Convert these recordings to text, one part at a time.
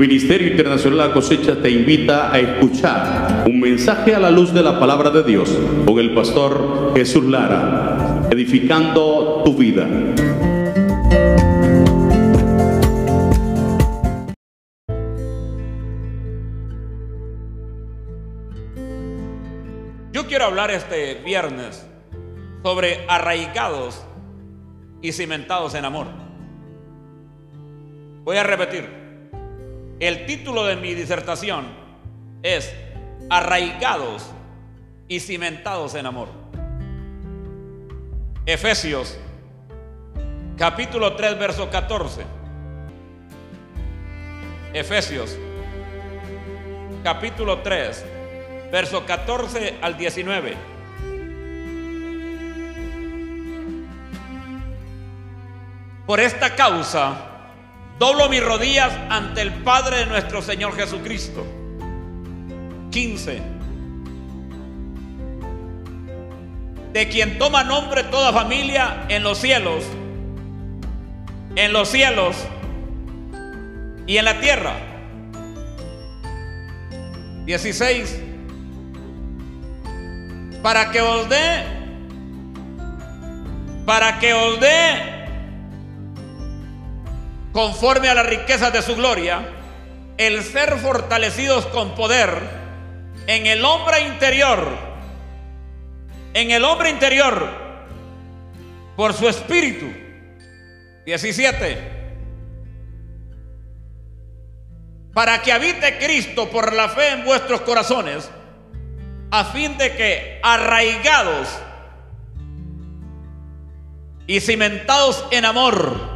Ministerio Internacional La Cosecha te invita a escuchar un mensaje a la luz de la palabra de Dios con el pastor Jesús Lara, edificando tu vida. Yo quiero hablar este viernes sobre arraigados y cimentados en amor. Voy a repetir. El título de mi disertación es Arraigados y cimentados en amor. Efesios capítulo 3 verso 14. Efesios capítulo 3 verso 14 al 19. Por esta causa doblo mis rodillas ante el Padre de nuestro Señor Jesucristo. 15. De quien toma nombre toda familia en los cielos y en la tierra. 16. Para que os dé conforme a las riquezas de su gloria, el ser fortalecidos con poder en el hombre interior, por su espíritu. 17. Para que habite Cristo por la fe en vuestros corazones, a fin de que arraigados y cimentados en amor.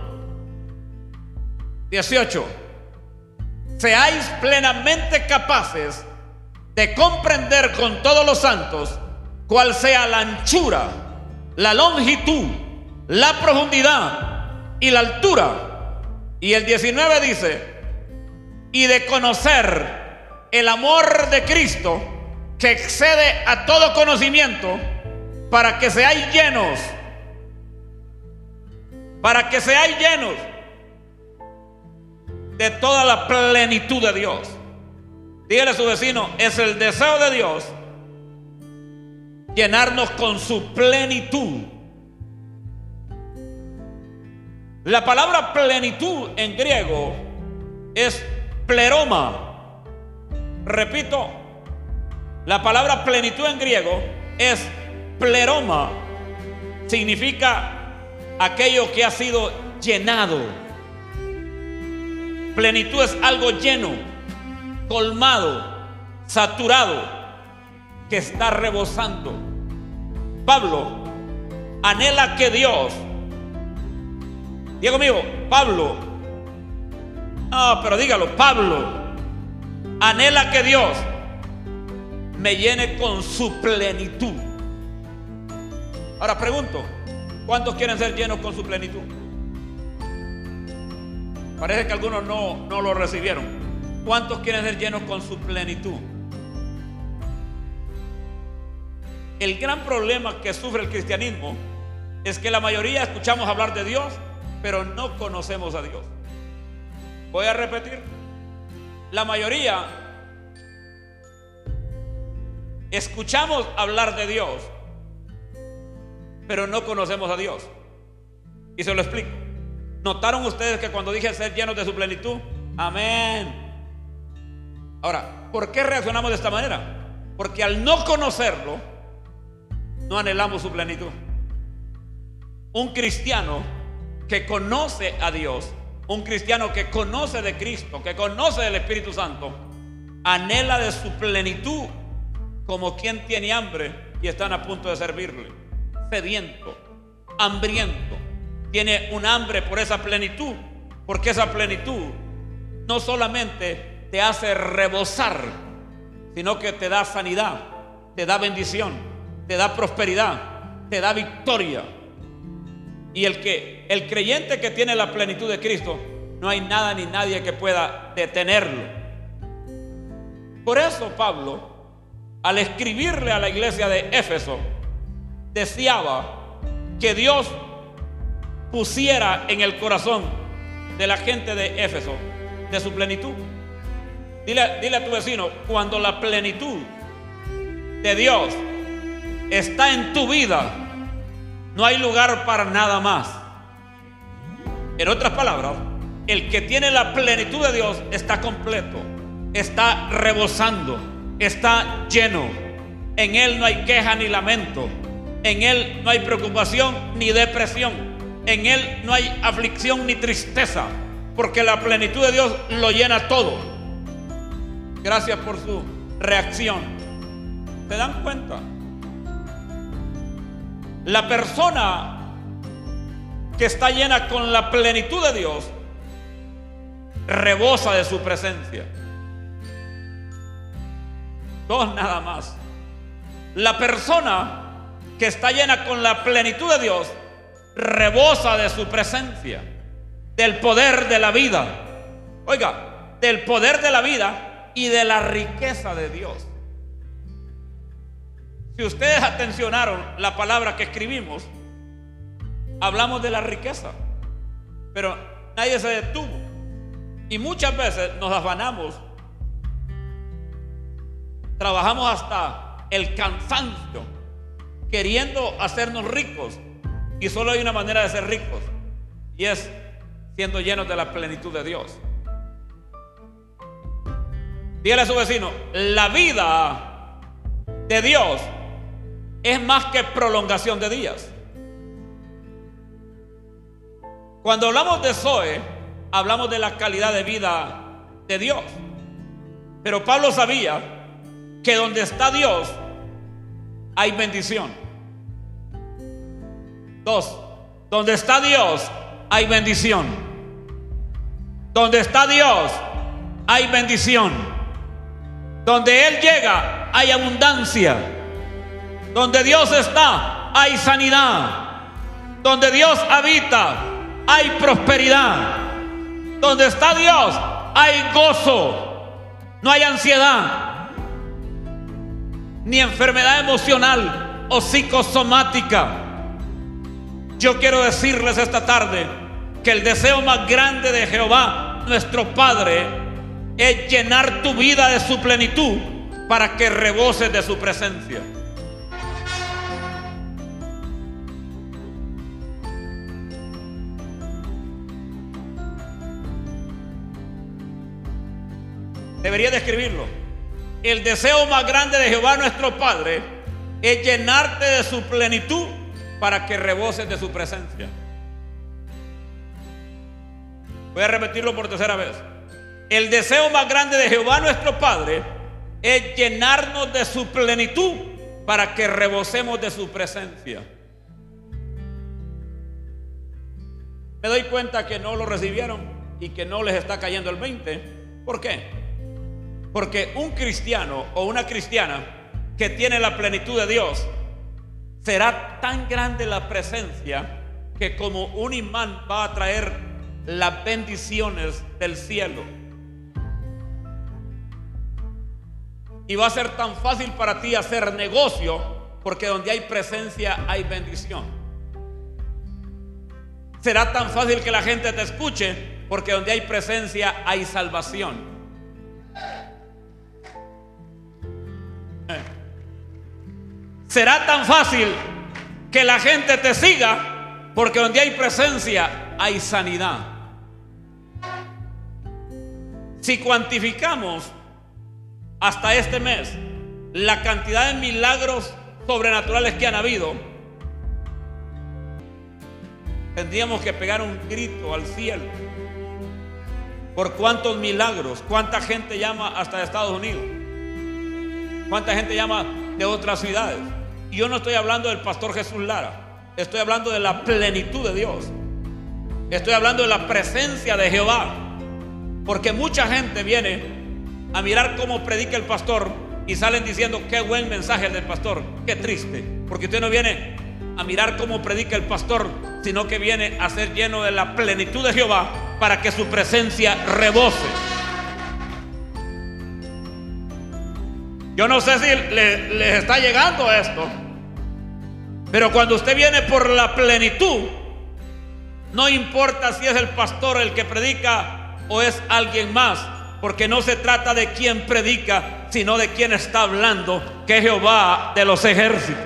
18. Seáis plenamente capaces de comprender con todos los santos cuál sea la anchura, la longitud, la profundidad y la altura. Y el 19 dice: y de conocer el amor de Cristo, que excede a todo conocimiento, para que seáis llenos de toda la plenitud de Dios. Dígale a su vecino: es el deseo de Dios llenarnos con su plenitud. La palabra plenitud en griego es pleroma. Repito, la palabra plenitud en griego es pleroma. Significa aquello que ha sido llenado. Plenitud es algo lleno, colmado, saturado, que está rebosando. Pablo anhela que Dios, diga conmigo, Pablo, no, pero dígalo, Pablo anhela que Dios me llene con su plenitud. Ahora pregunto, ¿cuántos quieren ser llenos con su plenitud? Parece que algunos no lo recibieron. ¿Cuántos quieren ser llenos con su plenitud? El gran problema que sufre el cristianismo es que la mayoría escuchamos hablar de Dios, pero no conocemos a Dios. Voy a repetir. La mayoría escuchamos hablar de Dios, pero no conocemos a Dios. Y se lo explico. ¿Notaron ustedes que cuando dije ser llenos de su plenitud? Amén. Ahora, ¿por qué reaccionamos de esta manera? Porque al no conocerlo, no anhelamos su plenitud. Un cristiano que conoce a Dios, un cristiano que conoce de Cristo, que conoce del Espíritu Santo, anhela de su plenitud como quien tiene hambre y están a punto de servirle. Sediento, hambriento. Tiene un hambre por esa plenitud, porque esa plenitud no solamente te hace rebosar, sino que te da sanidad, te da bendición, te da prosperidad, te da victoria. Y el creyente que tiene la plenitud de Cristo, no hay nada ni nadie que pueda detenerlo. Por eso Pablo, al escribirle a la iglesia de Éfeso, deseaba que Dios pusiera en el corazón de la gente de Éfeso de su plenitud. Dile a tu vecino, cuando la plenitud de Dios está en tu vida, no hay lugar para nada más. En otras palabras, el que tiene la plenitud de Dios está completo, está rebosando, está lleno. En Él no hay queja ni lamento. En Él no hay preocupación ni depresión. En Él no hay aflicción ni tristeza, porque la plenitud de Dios lo llena todo. Gracias por su reacción. ¿Se dan cuenta? La persona que está llena con la plenitud de Dios rebosa de su presencia. Dos nada más. La persona que está llena con la plenitud de Dios rebosa de su presencia, del poder de la vida. Oiga, del poder de la vida y de la riqueza de Dios. Si ustedes atencionaron la palabra que escribimos, hablamos de la riqueza, pero nadie se detuvo. Y muchas veces nos afanamos, trabajamos hasta el cansancio queriendo hacernos ricos, y solo hay una manera de ser ricos, y es siendo llenos de la plenitud de Dios. Dígale a su vecino, la vida de Dios es más que prolongación de días. Cuando hablamos de Zoe, hablamos de la calidad de vida de Dios. Pero Pablo sabía que donde está Dios hay bendición. Dos, donde está Dios hay bendición. Donde está Dios hay bendición. Donde Él llega hay abundancia. Donde Dios está hay sanidad. Donde Dios habita hay prosperidad. Donde está Dios hay gozo. No hay ansiedad ni enfermedad emocional o psicosomática. Yo quiero decirles esta tarde que el deseo más grande de Jehová, nuestro Padre, es llenar tu vida de su plenitud para que reboses de su presencia. Debería describirlo. El deseo más grande de Jehová nuestro Padre es llenarte de su plenitud para que reboses de su presencia. Voy a repetirlo por tercera vez. El deseo más grande de Jehová nuestro Padre es llenarnos de su plenitud para que rebosemos de su presencia. Me doy cuenta que no lo recibieron y que no les está cayendo el 20. ¿Por qué? Porque un cristiano o una cristiana que tiene la plenitud de Dios, será tan grande la presencia que como un imán va a traer las bendiciones del cielo. Y va a ser tan fácil para ti hacer negocio, porque donde hay presencia hay bendición. Será tan fácil que la gente te escuche, porque donde hay presencia hay salvación. Será tan fácil que la gente te siga, porque donde hay presencia hay sanidad. Si cuantificamos hasta este mes la cantidad de milagros sobrenaturales que han habido, tendríamos que pegar un grito al cielo por cuántos milagros, cuánta gente llama hasta de Estados Unidos, cuánta gente llama de otras ciudades. Y yo no estoy hablando del pastor Jesús Lara, estoy hablando de la plenitud de Dios, estoy hablando de la presencia de Jehová, porque mucha gente viene a mirar cómo predica el pastor y salen diciendo qué buen mensaje el del pastor. Qué triste, porque usted no viene a mirar cómo predica el pastor, sino que viene a ser lleno de la plenitud de Jehová para que su presencia rebose. Yo no sé si les está llegando esto, pero cuando usted viene por la plenitud, no importa si es el pastor el que predica o es alguien más, porque no se trata de quien predica, sino de quien está hablando, que es Jehová de los ejércitos.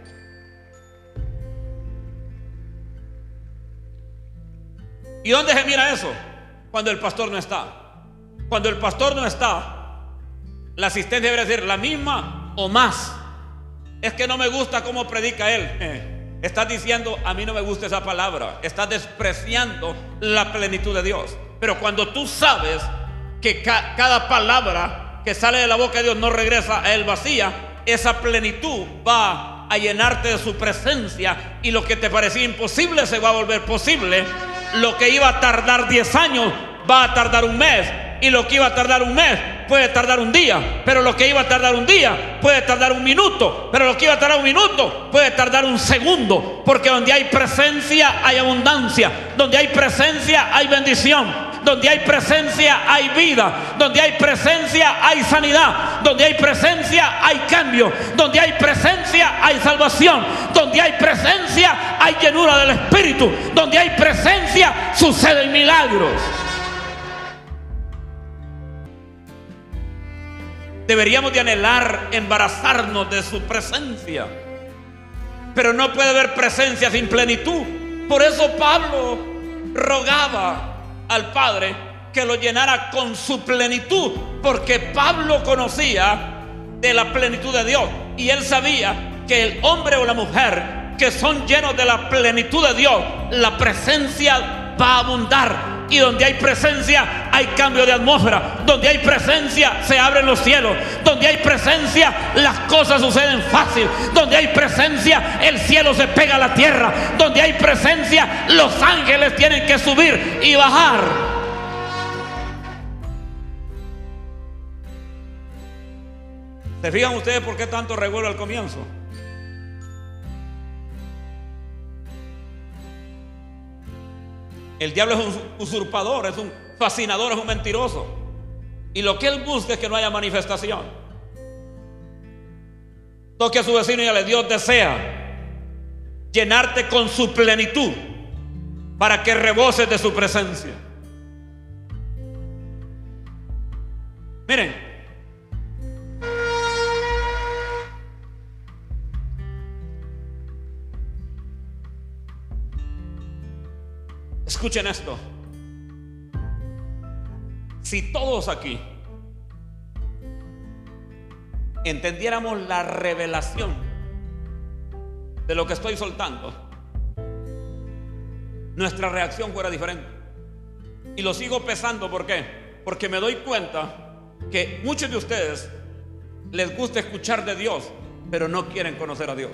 ¿Y dónde se mira eso? Cuando el pastor no está. Cuando el pastor no está, la asistencia debe ser la misma o más. Es que no me gusta cómo predica él. Estás diciendo, a mí no me gusta esa palabra. Estás despreciando la plenitud de Dios. Pero cuando tú sabes que cada palabra que sale de la boca de Dios no regresa a él vacía, esa plenitud va a llenarte de su presencia, y lo que te parecía imposible se va a volver posible. Lo que iba a tardar 10 años va a tardar un mes, y lo que iba a tardar un mes puede tardar un día, pero lo que iba a tardar un día puede tardar un minuto, pero lo que iba a tardar un minuto puede tardar un segundo, porque donde hay presencia hay abundancia, donde hay presencia hay bendición, donde hay presencia hay vida, donde hay presencia hay sanidad, donde hay presencia hay cambio, donde hay presencia hay salvación, donde hay presencia hay llenura del Espíritu, donde hay presencia suceden milagros. Deberíamos de anhelar embarazarnos de su presencia, pero no puede haber presencia sin plenitud. Por eso Pablo rogaba al Padre que lo llenara con su plenitud, porque Pablo conocía de la plenitud de Dios, y él sabía que el hombre o la mujer que son llenos de la plenitud de Dios, la presencia va a abundar. Y donde hay presencia hay cambio de atmósfera, donde hay presencia se abren los cielos, donde hay presencia las cosas suceden fácil, donde hay presencia el cielo se pega a la tierra, donde hay presencia los ángeles tienen que subir y bajar. ¿Se fijan ustedes por qué tanto revuelo al comienzo? El diablo es un usurpador, es un fascinador, es un mentiroso. Y lo que él busca es que no haya manifestación. Toque a su vecino y dígale: Dios desea llenarte con su plenitud para que reboses de su presencia. Miren, escuchen esto. Si todos aquí entendiéramos la revelación de lo que estoy soltando, nuestra reacción fuera diferente. Y lo sigo pesando, ¿por qué? Porque me doy cuenta que muchos de ustedes les gusta escuchar de Dios, pero no quieren conocer a Dios.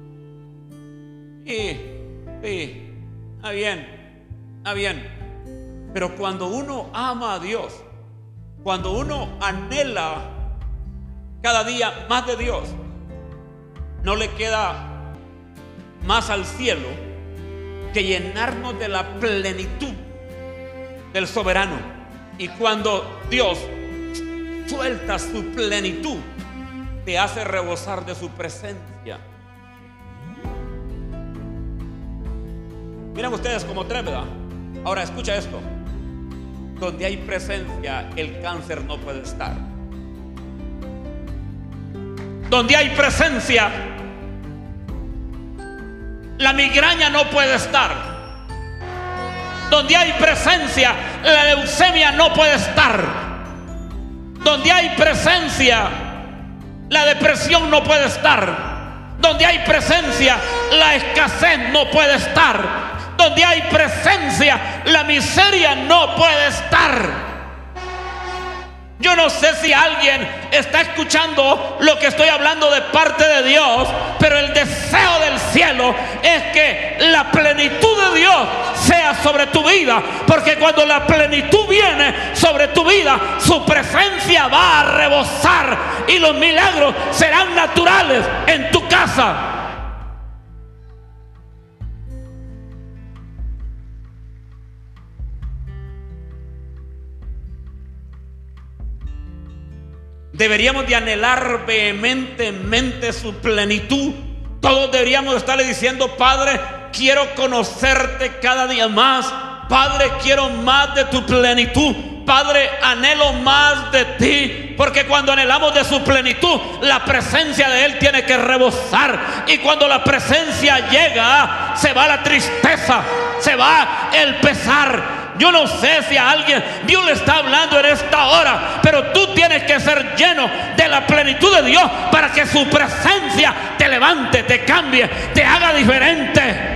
Sí, está bien. Pero cuando uno ama a Dios, cuando uno anhela cada día más de Dios, no le queda más al cielo que llenarnos de la plenitud del soberano. Y cuando Dios suelta su plenitud, te hace rebosar de su presencia. Miren ustedes como tres, ¿verdad? Ahora escucha esto. Donde hay presencia, el cáncer no puede estar. Donde hay presencia, la migraña no puede estar. Donde hay presencia, la leucemia no puede estar. Donde hay presencia, la depresión no puede estar. Donde hay presencia, la escasez no puede estar. Donde hay presencia, la miseria no puede estar. Yo no sé si alguien está escuchando lo que estoy hablando de parte de Dios, pero el deseo del cielo es que la plenitud de Dios sea sobre tu vida, porque cuando la plenitud viene sobre tu vida, su presencia va a rebosar y los milagros serán naturales en tu casa. Deberíamos de anhelar vehementemente su plenitud. Todos deberíamos estarle diciendo: Padre, quiero conocerte cada día más. Padre, quiero más de tu plenitud. Padre, anhelo más de ti, porque cuando anhelamos de su plenitud, la presencia de Él tiene que rebosar. Y cuando la presencia llega, se va la tristeza, se va el pesar. Yo no sé si a alguien Dios le está hablando en esta hora, pero tú tienes que ser lleno de la plenitud de Dios para que su presencia te levante, te cambie, te haga diferente.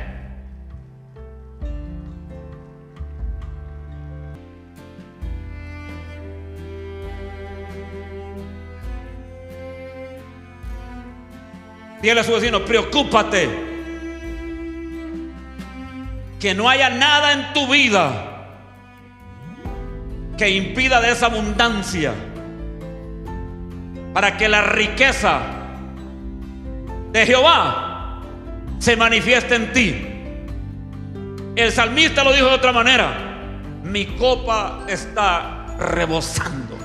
Dígale a su vecino: preocúpate que no haya nada en tu vida que impida de esa abundancia, para que la riqueza de Jehová se manifieste en ti. El salmista lo dijo de otra manera: mi copa está rebosando.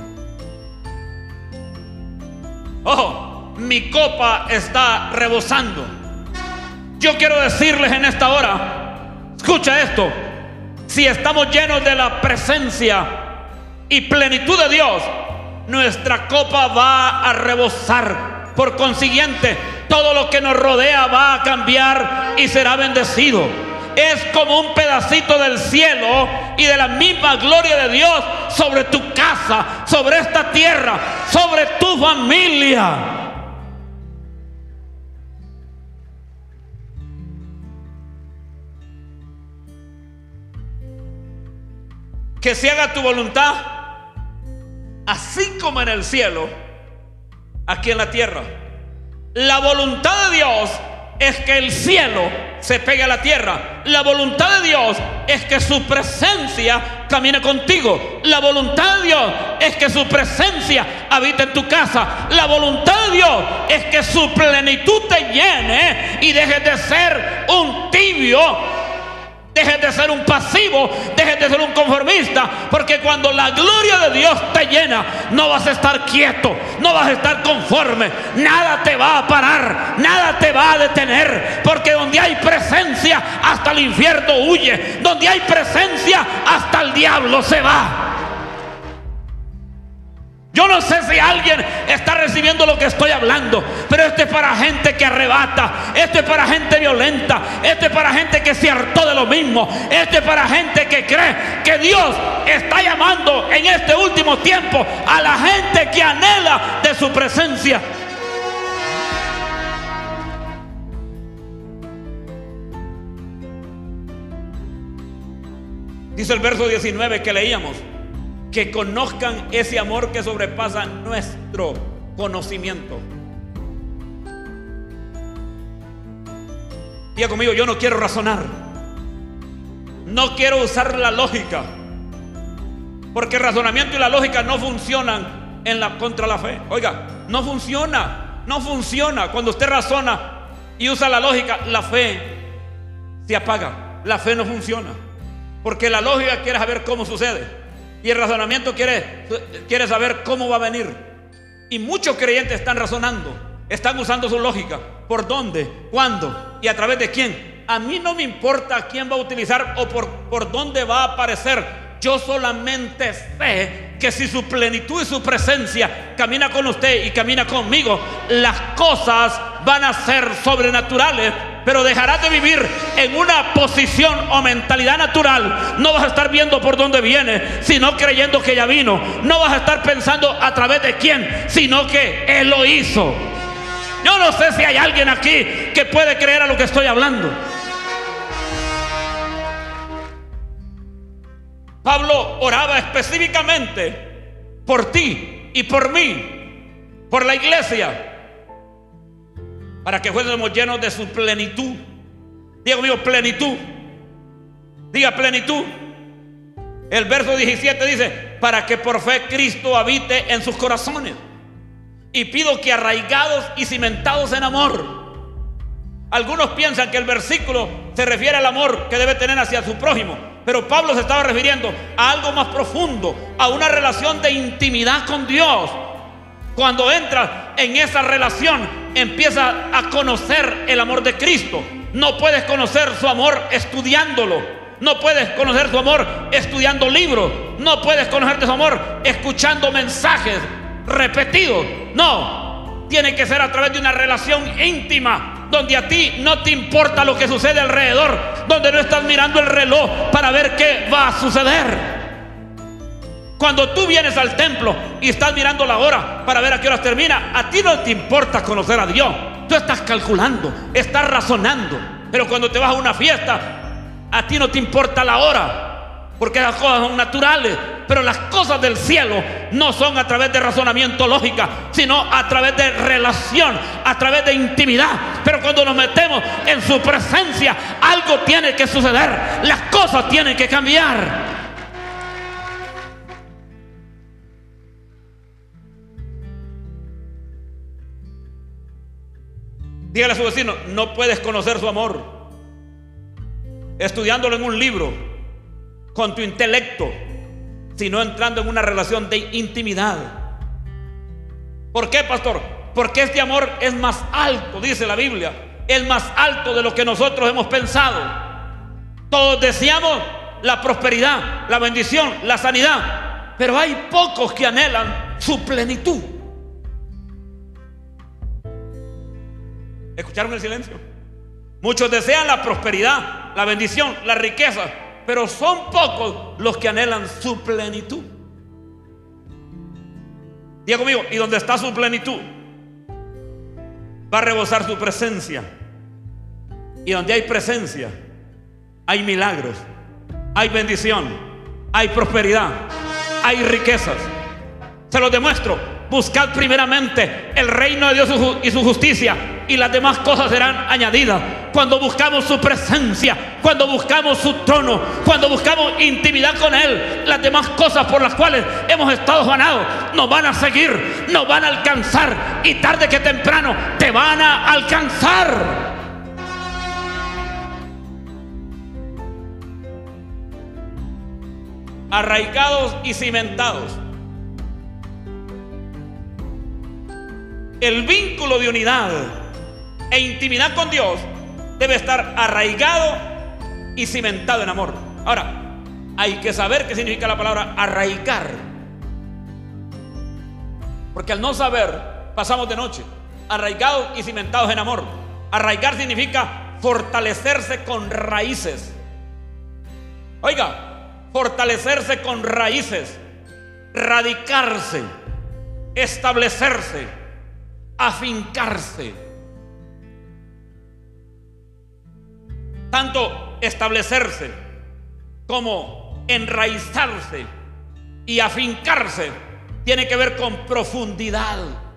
Ojo, mi copa está rebosando. Yo quiero decirles en esta hora, escucha esto: si estamos llenos de la presencia y plenitud de Dios, nuestra copa va a rebosar. Por consiguiente, todo lo que nos rodea va a cambiar y será bendecido. Es como un pedacito del cielo y de la misma gloria de Dios sobre tu casa, sobre esta tierra, sobre tu familia. Que se haga tu voluntad, así como en el cielo, aquí en la tierra. La voluntad de Dios es que el cielo se pegue a la tierra. La voluntad de Dios es que su presencia camine contigo. La voluntad de Dios es que su presencia habite en tu casa. La voluntad de Dios es que su plenitud te llene y dejes de ser un tibio, dejes de ser un pasivo, dejes de ser un conformista, porque cuando la gloria de Dios te llena, no vas a estar quieto, no vas a estar conforme, nada te va a parar, nada te va a detener, porque donde hay presencia, hasta el infierno huye, donde hay presencia, hasta el diablo se va. Yo no sé si alguien está recibiendo lo que estoy hablando, pero esto es para gente que arrebata, esto es para gente violenta, esto es para gente que se hartó de lo mismo, esto es para gente que cree que Dios está llamando en este último tiempo a la gente que anhela de su presencia. Dice el verso 19 que leíamos: que conozcan ese amor que sobrepasa nuestro conocimiento. Diga conmigo: yo no quiero razonar, no quiero usar la lógica, porque el razonamiento y la lógica no funcionan contra la fe. Oiga, no funciona, no funciona. Cuando usted razona y usa la lógica, la fe se apaga, la fe no funciona, porque la lógica quiere saber cómo sucede y el razonamiento quiere saber cómo va a venir. Y muchos creyentes están razonando, están usando su lógica. ¿Por dónde? ¿Cuándo? ¿Y a través de quién? A mí no me importa quién va a utilizar o por dónde va a aparecer. Yo solamente sé que si su plenitud y su presencia camina con usted y camina conmigo, las cosas van a ser sobrenaturales. Pero dejarás de vivir en una posición o mentalidad natural. No vas a estar viendo por dónde viene, sino creyendo que ya vino. No vas a estar pensando a través de quién, sino que Él lo hizo. Yo no sé si hay alguien aquí que puede creer a lo que estoy hablando. Pablo oraba específicamente por ti y por mí, por la iglesia, para que fuésemos llenos de su plenitud. Diga conmigo: plenitud. Diga: plenitud. El verso 17 dice: para que por fe Cristo habite en sus corazones. Y pido que arraigados y cimentados en amor. Algunos piensan que el versículo se refiere al amor que debe tener hacia su prójimo, pero Pablo se estaba refiriendo a algo más profundo, a una relación de intimidad con Dios. Cuando entras en esa relación, empiezas a conocer el amor de Cristo. No puedes conocer su amor estudiándolo. No puedes conocer su amor estudiando libros. No puedes conocer su amor escuchando mensajes repetidos. No, tiene que ser a través de una relación íntima, donde a ti no te importa lo que sucede alrededor, donde no estás mirando el reloj para ver qué va a suceder. Cuando tú vienes al templo y estás mirando la hora para ver a qué horas termina, a ti no te importa conocer a Dios. Tú estás calculando, estás razonando. Pero cuando te vas a una fiesta, a ti no te importa la hora, porque esas cosas son naturales. Pero las cosas del cielo no son a través de razonamiento lógica, sino a través de relación, a través de intimidad. Pero cuando nos metemos en su presencia, algo tiene que suceder. Las cosas tienen que cambiar. Dígale a su vecino: no puedes conocer su amor estudiándolo en un libro con tu intelecto, sino entrando en una relación de intimidad. ¿Por qué, pastor? Porque este amor es más alto, dice la Biblia, es más alto de lo que nosotros hemos pensado. Todos deseamos la prosperidad, la bendición, la sanidad, pero hay pocos que anhelan su plenitud. ¿Escucharon el silencio? Muchos desean la prosperidad, la bendición, la riqueza, pero son pocos los que anhelan su plenitud. Diga conmigo: y donde está su plenitud, va a rebosar su presencia. Y donde hay presencia, hay milagros, hay bendición, hay prosperidad, hay riquezas. Se los demuestro. Buscad primeramente el reino de Dios y su justicia, y las demás cosas serán añadidas. Cuando buscamos su presencia, cuando buscamos su trono, cuando buscamos intimidad con Él, las demás cosas por las cuales hemos estado ganados nos van a seguir, nos van a alcanzar, y tarde que temprano te van a alcanzar. Arraigados y cimentados. El vínculo de unidad e intimidad con Dios debe estar arraigado y cimentado en amor. Ahora, hay que saber qué significa la palabra arraigar, porque al no saber pasamos de noche. Arraigados y cimentados en amor. Arraigar significa fortalecerse con raíces. Oiga, fortalecerse con raíces, radicarse, establecerse, afincarse. Tanto establecerse como enraizarse y afincarse tiene que ver con profundidad.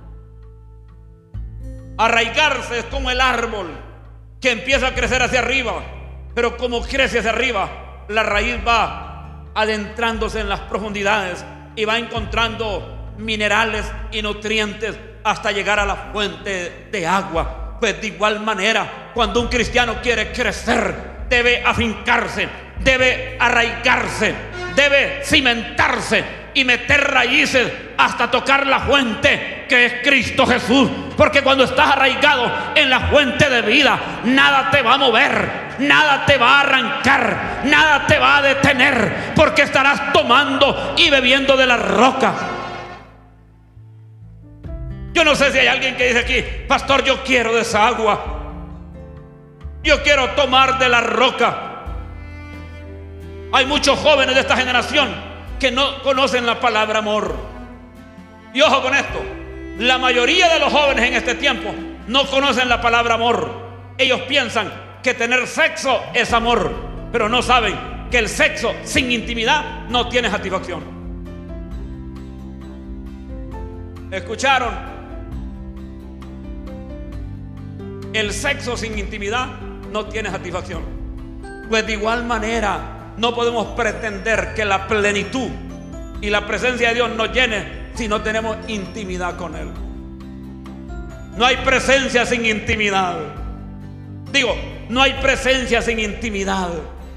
Arraigarse es como el árbol que empieza a crecer hacia arriba, pero como crece hacia arriba, la raíz va adentrándose en las profundidades y va encontrando minerales y nutrientes hasta llegar a la fuente de agua. Pues de igual manera, cuando un cristiano quiere crecer, debe afincarse, debe arraigarse, debe cimentarse y meter raíces hasta tocar la fuente que es Cristo Jesús. Porque cuando estás arraigado en la fuente de vida, nada te va a mover, nada te va a arrancar, nada te va a detener, porque estarás tomando y bebiendo de la roca. Yo no sé si hay alguien que dice aquí: pastor, yo quiero de esa agua, yo quiero tomar de la roca. Hay muchos jóvenes de esta generación que no conocen la palabra amor. Y ojo con esto: la mayoría de los jóvenes en este tiempo no conocen la palabra amor. Ellos piensan que tener sexo es amor, pero no saben que el sexo sin intimidad no tiene satisfacción. ¿Escucharon? El sexo sin intimidad no tiene satisfacción. Pues de igual manera no podemos pretender que la plenitud y la presencia de Dios nos llene si no tenemos intimidad con Él. No hay presencia sin intimidad. Digo, no hay presencia sin intimidad.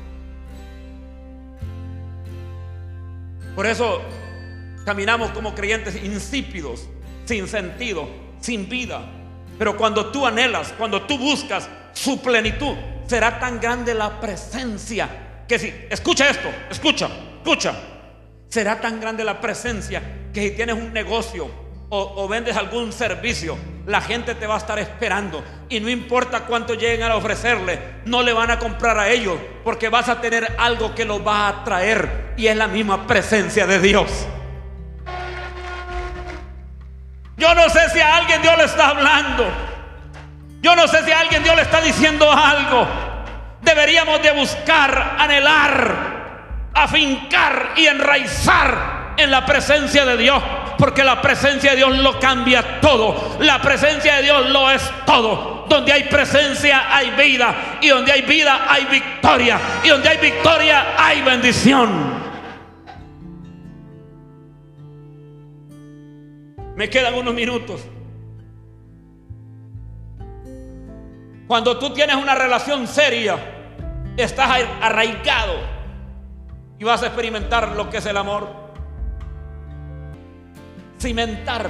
Por eso caminamos como creyentes insípidos, sin sentido, sin vida. Pero cuando tú anhelas, cuando tú buscas su plenitud, será tan grande la presencia que si, escucha esto, escucha. Será tan grande la presencia que si tienes un negocio o vendes algún servicio, la gente te va a estar esperando, y no importa cuánto lleguen a ofrecerle, no le van a comprar a ellos, porque vas a tener algo que los va a atraer, y es la misma presencia de Dios. Yo no sé si a alguien Dios le está hablando. Yo no sé si a alguien Dios le está diciendo algo. Deberíamos de buscar, anhelar, afincar y enraizar en la presencia de Dios, porque la presencia de Dios lo cambia todo. La presencia de Dios lo es todo. Donde hay presencia hay vida, y donde hay vida hay victoria, y donde hay victoria hay bendición. Me quedan unos minutos. Cuando tú tienes una relación seria, estás arraigado y vas a experimentar lo que es el amor. Cimentar,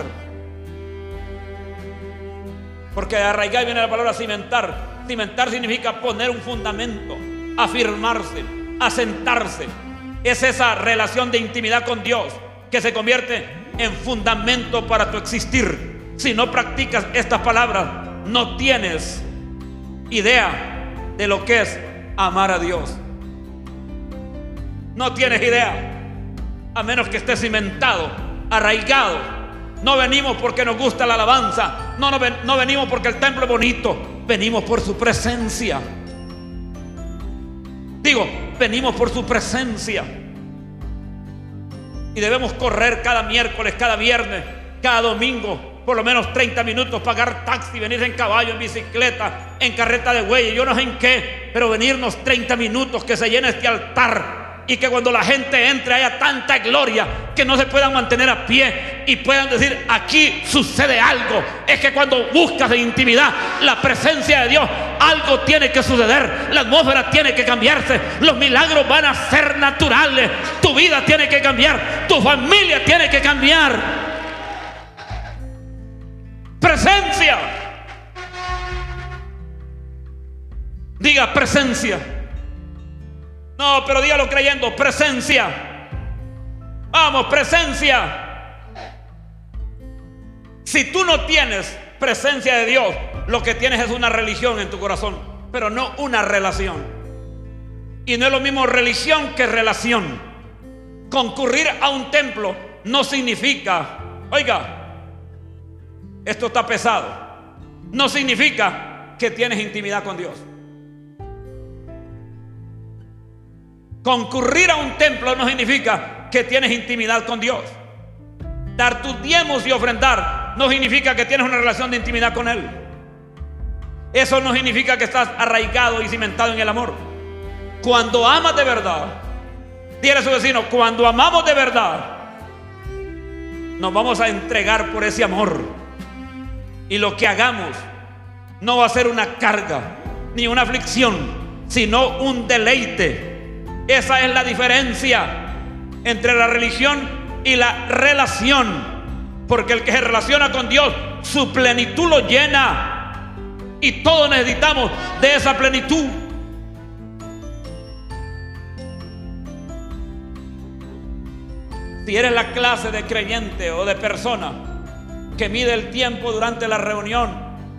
porque de arraigar viene la palabra cimentar. Cimentar significa poner un fundamento, afirmarse, asentarse. Es esa relación de intimidad con Dios que se convierte en fundamento para tu existir. Si no practicas estas palabras, no tienes idea de lo que es amar a Dios. No tienes idea, a menos que estés cimentado, arraigado. No venimos porque nos gusta la alabanza, no venimos porque el templo es bonito, venimos por su presencia. Digo, venimos por su presencia. Y debemos correr cada miércoles, cada viernes, cada domingo, por lo menos 30 minutos, pagar taxi, venir en caballo, en bicicleta, en carreta de bueyes, yo no sé en qué, pero venirnos 30 minutos, que se llene este altar, y que cuando la gente entre haya tanta gloria que no se puedan mantener a pie y puedan decir: aquí sucede algo. Es que cuando buscas en intimidad la presencia de Dios, algo tiene que suceder, la atmósfera tiene que cambiarse, los milagros van a ser naturales, tu vida tiene que cambiar, tu familia tiene que cambiar. Presencia. Diga presencia. No, pero dígalo creyendo: presencia. Vamos, presencia. Si tú no tienes presencia de Dios, lo que tienes es una religión en tu corazón, pero no una relación. Y no es lo mismo religión que relación. Concurrir a un templo no significa, oiga, esto está pesado, no significa que tienes intimidad con Dios. Concurrir a un templo no significa que tienes intimidad con Dios. Dar tus diezmos y ofrendar no significa que tienes una relación de intimidad con Él. Eso no significa que estás arraigado y cimentado en el amor. Cuando amas de verdad, dígale a su vecino: cuando amamos de verdad, nos vamos a entregar por ese amor. Y lo que hagamos no va a ser una carga ni una aflicción, sino un deleite. Esa es la diferencia entre la religión y la relación, porque el que se relaciona con Dios, su plenitud lo llena, y todos necesitamos de esa plenitud. Si eres la clase de creyente o de persona que mide el tiempo durante la reunión,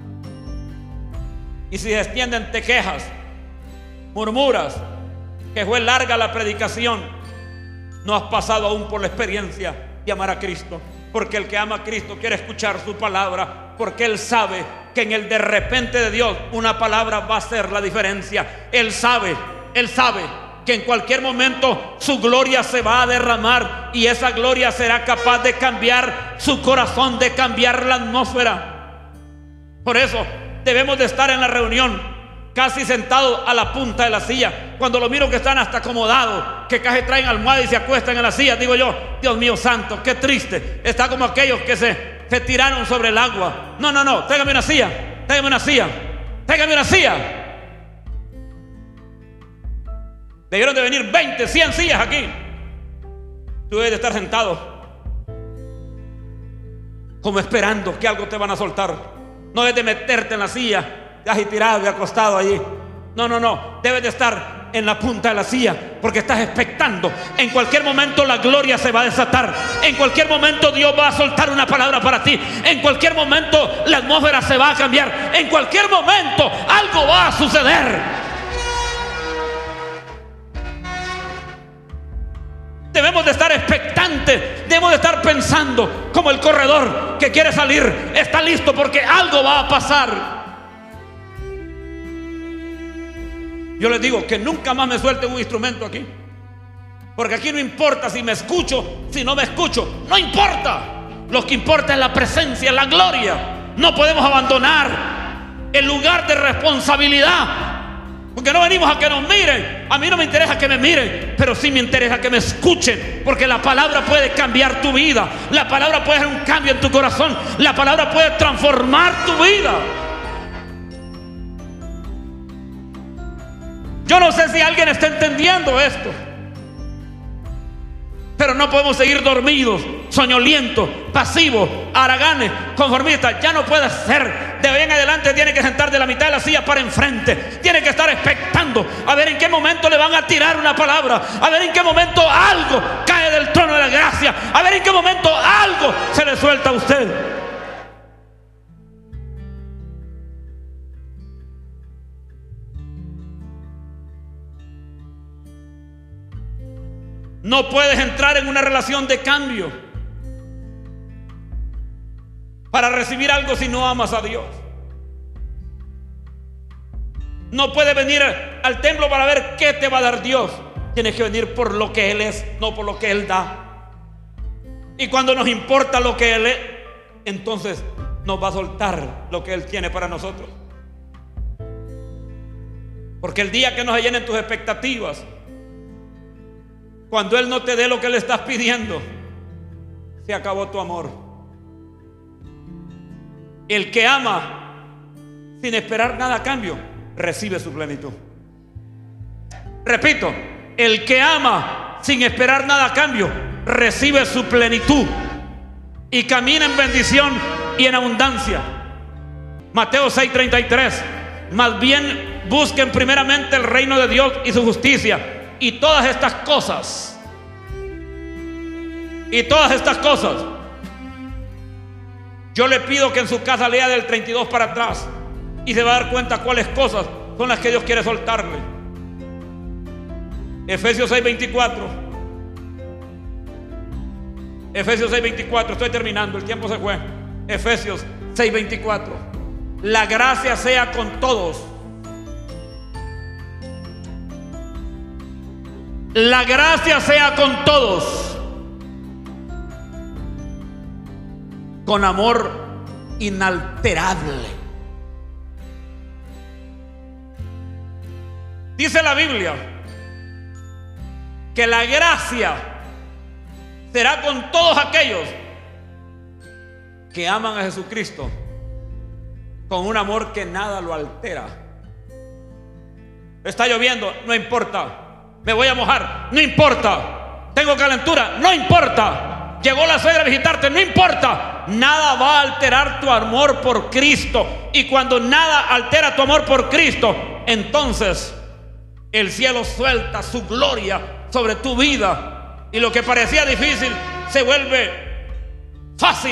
y si se extienden te quejas, murmuras que fue larga la predicación, no has pasado aún por la experiencia de amar a Cristo. Porque el que ama a Cristo quiere escuchar su palabra, porque él sabe que en el de repente de Dios una palabra va a hacer la diferencia. Él sabe que en cualquier momento su gloria se va a derramar, y esa gloria será capaz de cambiar su corazón, de cambiar la atmósfera. Por eso debemos de estar en la reunión casi sentados a la punta de la silla. Cuando lo miro que están hasta acomodados, que casi traen almohada y se acuestan en la silla, digo yo: Dios mío santo, qué triste. Está como aquellos que se tiraron sobre el agua. No, tráigame una silla, tráigame una silla, tráigame una silla. Debieron de venir 20, 100 sillas aquí. Tú debes de estar sentado como esperando que algo te van a soltar. No debes de meterte en la silla casi tirado y acostado allí. No, debes de estar en la punta de la silla porque estás expectando. En cualquier momento la gloria se va a desatar. En cualquier momento Dios va a soltar una palabra para ti. En cualquier momento la atmósfera se va a cambiar. En cualquier momento algo va a suceder. Debemos de estar expectantes, debemos de estar pensando como el corredor que quiere salir, está listo porque algo va a pasar. Yo les digo que nunca más me suelten un instrumento aquí, porque aquí no importa si me escucho, si no me escucho, no importa. Lo que importa es la presencia, la gloria. No podemos abandonar el lugar de responsabilidad, porque no venimos a que nos miren. A mí no me interesa que me miren, pero sí me interesa que me escuchen, porque la palabra puede cambiar tu vida. La palabra puede hacer un cambio en tu corazón. La palabra puede transformar tu vida. Yo no sé si alguien está entendiendo esto, pero no podemos seguir dormidos, soñolientos, pasivos, haraganes, conformistas. Ya no puede ser. De hoy en adelante tiene que sentar de la mitad de la silla para enfrente. Tiene que estar expectando a ver en qué momento le van a tirar una palabra, a ver en qué momento algo cae del trono de la gracia, a ver en qué momento algo se le suelta a usted. No puedes entrar en una relación de cambio para recibir algo si no amas a Dios. No puedes venir al templo para ver qué te va a dar Dios. Tienes que venir por lo que Él es, no por lo que Él da. Y cuando nos importa lo que Él es, entonces nos va a soltar lo que Él tiene para nosotros. Porque el día que no se llenen tus expectativas, cuando Él no te dé lo que le estás pidiendo, se acabó tu amor. El que ama sin esperar nada a cambio, recibe su plenitud. Repito, el que ama sin esperar nada a cambio, recibe su plenitud y camina en bendición y en abundancia. Mateo 6:33. Más bien busquen primeramente el reino de Dios y su justicia, y todas estas cosas, yo le pido que en su casa lea del 32 para atrás y se va a dar cuenta cuáles cosas son las que Dios quiere soltarle. Efesios 6:24. Efesios 6:24. Estoy terminando, el tiempo se fue. Efesios 6:24. La gracia sea con todos. La gracia sea con todos, con amor inalterable. Dice la Biblia que la gracia será con todos aquellos que aman a Jesucristo con un amor que nada lo altera. Está lloviendo, no importa. Me voy a mojar, no importa. Tengo calentura, no importa. Llegó la suegra a visitarte, no importa. Nada va a alterar tu amor por Cristo. Y cuando nada altera tu amor por Cristo, entonces el cielo suelta su gloria sobre tu vida. Y lo que parecía difícil se vuelve fácil.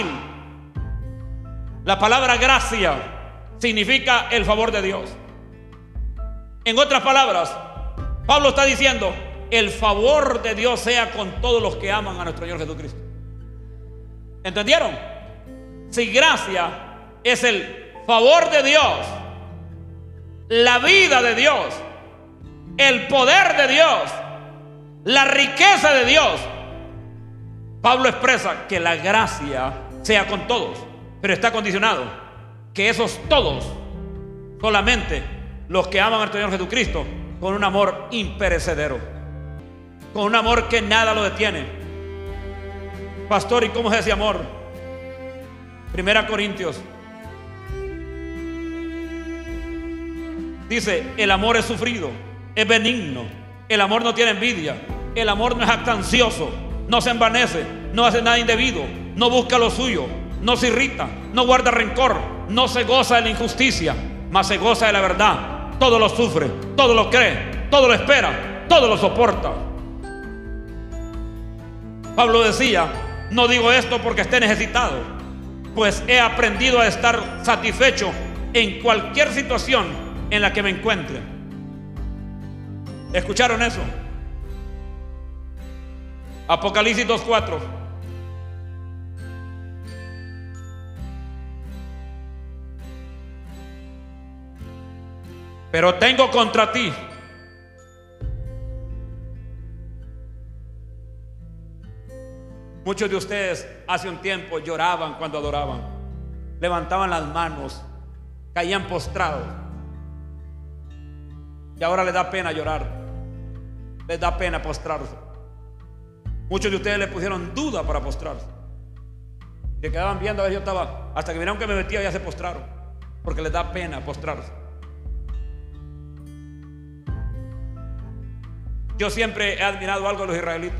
La palabra gracia significa el favor de Dios. En otras palabras, Pablo está diciendo: el favor de Dios sea con todos los que aman a nuestro Señor Jesucristo. ¿Entendieron? Si gracia es el favor de Dios, la vida de Dios, el poder de Dios, la riqueza de Dios, Pablo expresa que la gracia sea con todos, pero está condicionado que esos todos, solamente los que aman a nuestro Señor Jesucristo, con un amor imperecedero, con un amor que nada lo detiene. Pastor, ¿y cómo es ese amor? 1 Corintios dice: el amor es sufrido, es benigno, el amor no tiene envidia, el amor no es jactancioso, no se envanece, no hace nada indebido, no busca lo suyo, no se irrita, no guarda rencor, no se goza de la injusticia, mas se goza de la verdad. Todo lo sufre, todo lo cree, todo lo espera, todo lo soporta. Pablo decía: no digo esto porque esté necesitado, pues he aprendido a estar satisfecho en cualquier situación en la que me encuentre. ¿Escucharon eso? Apocalipsis 2:4. Pero tengo contra ti muchos de ustedes hace un tiempo lloraban cuando adoraban, levantaban las manos, caían postrados, y ahora les da pena llorar, les da pena postrarse. Muchos de ustedes le pusieron duda para postrarse, se quedaban viendo a ver si yo estaba, hasta que vieron que me metía ya se postraron, porque les da pena postrarse. Yo siempre he admirado algo de los israelitas.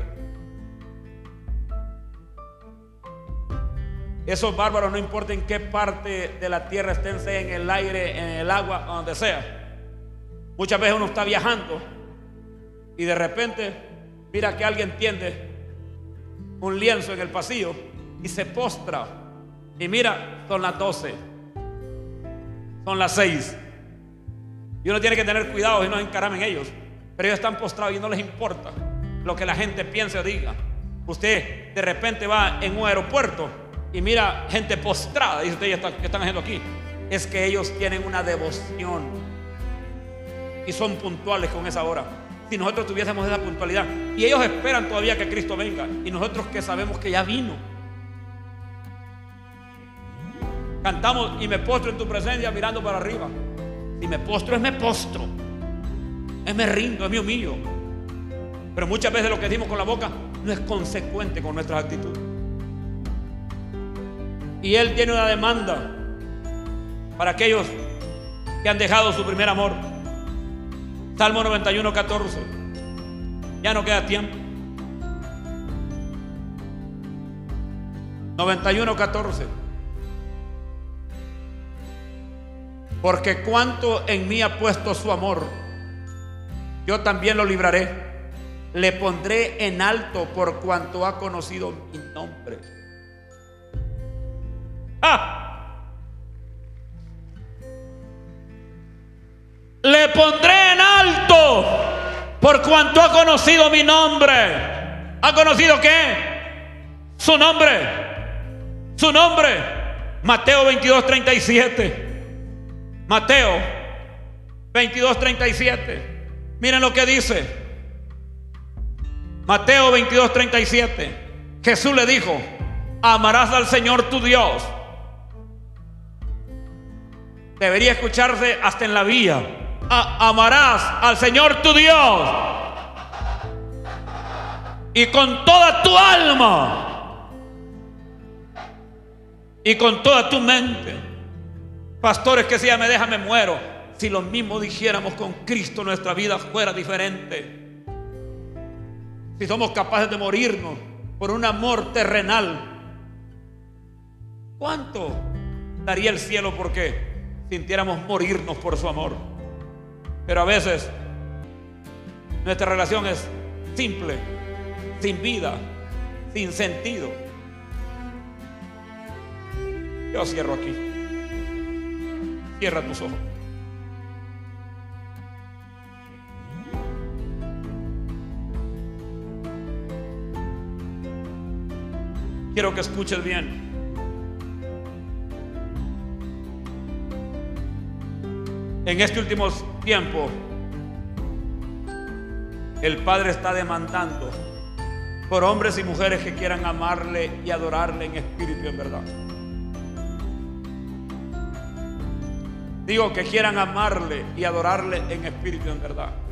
Esos bárbaros, no importa en qué parte de la tierra estén, sea en el aire, en el agua, donde sea. Muchas veces uno está viajando y de repente mira que alguien tiende un lienzo en el pasillo y se postra. Y mira, son las 12, son las 6. Y uno tiene que tener cuidado y no encaramen ellos. Pero ellos están postrados y no les importa lo que la gente piense o diga. Usted de repente va en un aeropuerto y mira gente postrada y dice: usted, ¿qué están haciendo aquí? Es que ellos tienen una devoción y son puntuales con esa hora. Si nosotros tuviésemos esa puntualidad, y ellos esperan todavía que Cristo venga, y nosotros que sabemos que ya vino, cantamos: y me postro en tu presencia mirando para arriba. Si me postro es me postro, es me rindo, es me humillo. Pero muchas veces lo que decimos con la boca no es consecuente con nuestras actitudes. Y Él tiene una demanda para aquellos que han dejado su primer amor. Salmo 91:14. Ya no queda tiempo. 91:14. Porque cuanto en mí ha puesto su amor, yo también lo libraré. Le pondré en alto por cuanto ha conocido mi nombre. Le pondré en alto por cuanto ha conocido mi nombre. ¿Ha conocido qué? Su nombre. Su nombre. Mateo 22:37. Mateo 22:37. Miren lo que dice. Mateo 22:37. Jesús le dijo: amarás al Señor tu Dios. Debería escucharse hasta en la vía. Amarás al Señor tu Dios y con toda tu alma y con toda tu mente. Pastores, que si ya me deja me muero. Si lo mismo dijéramos con Cristo, nuestra vida fuera diferente. Si somos capaces de morirnos por un amor terrenal, ¿cuánto daría el cielo porque sintiéramos morirnos por su amor? Pero a veces nuestra relación es simple, sin vida, sin sentido. Yo cierro aquí. Cierra tus ojos. Quiero que escuches bien. En este último tiempo, el Padre está demandando por hombres y mujeres que quieran amarle y adorarle en espíritu y en verdad. Digo que quieran amarle y adorarle en espíritu y en verdad.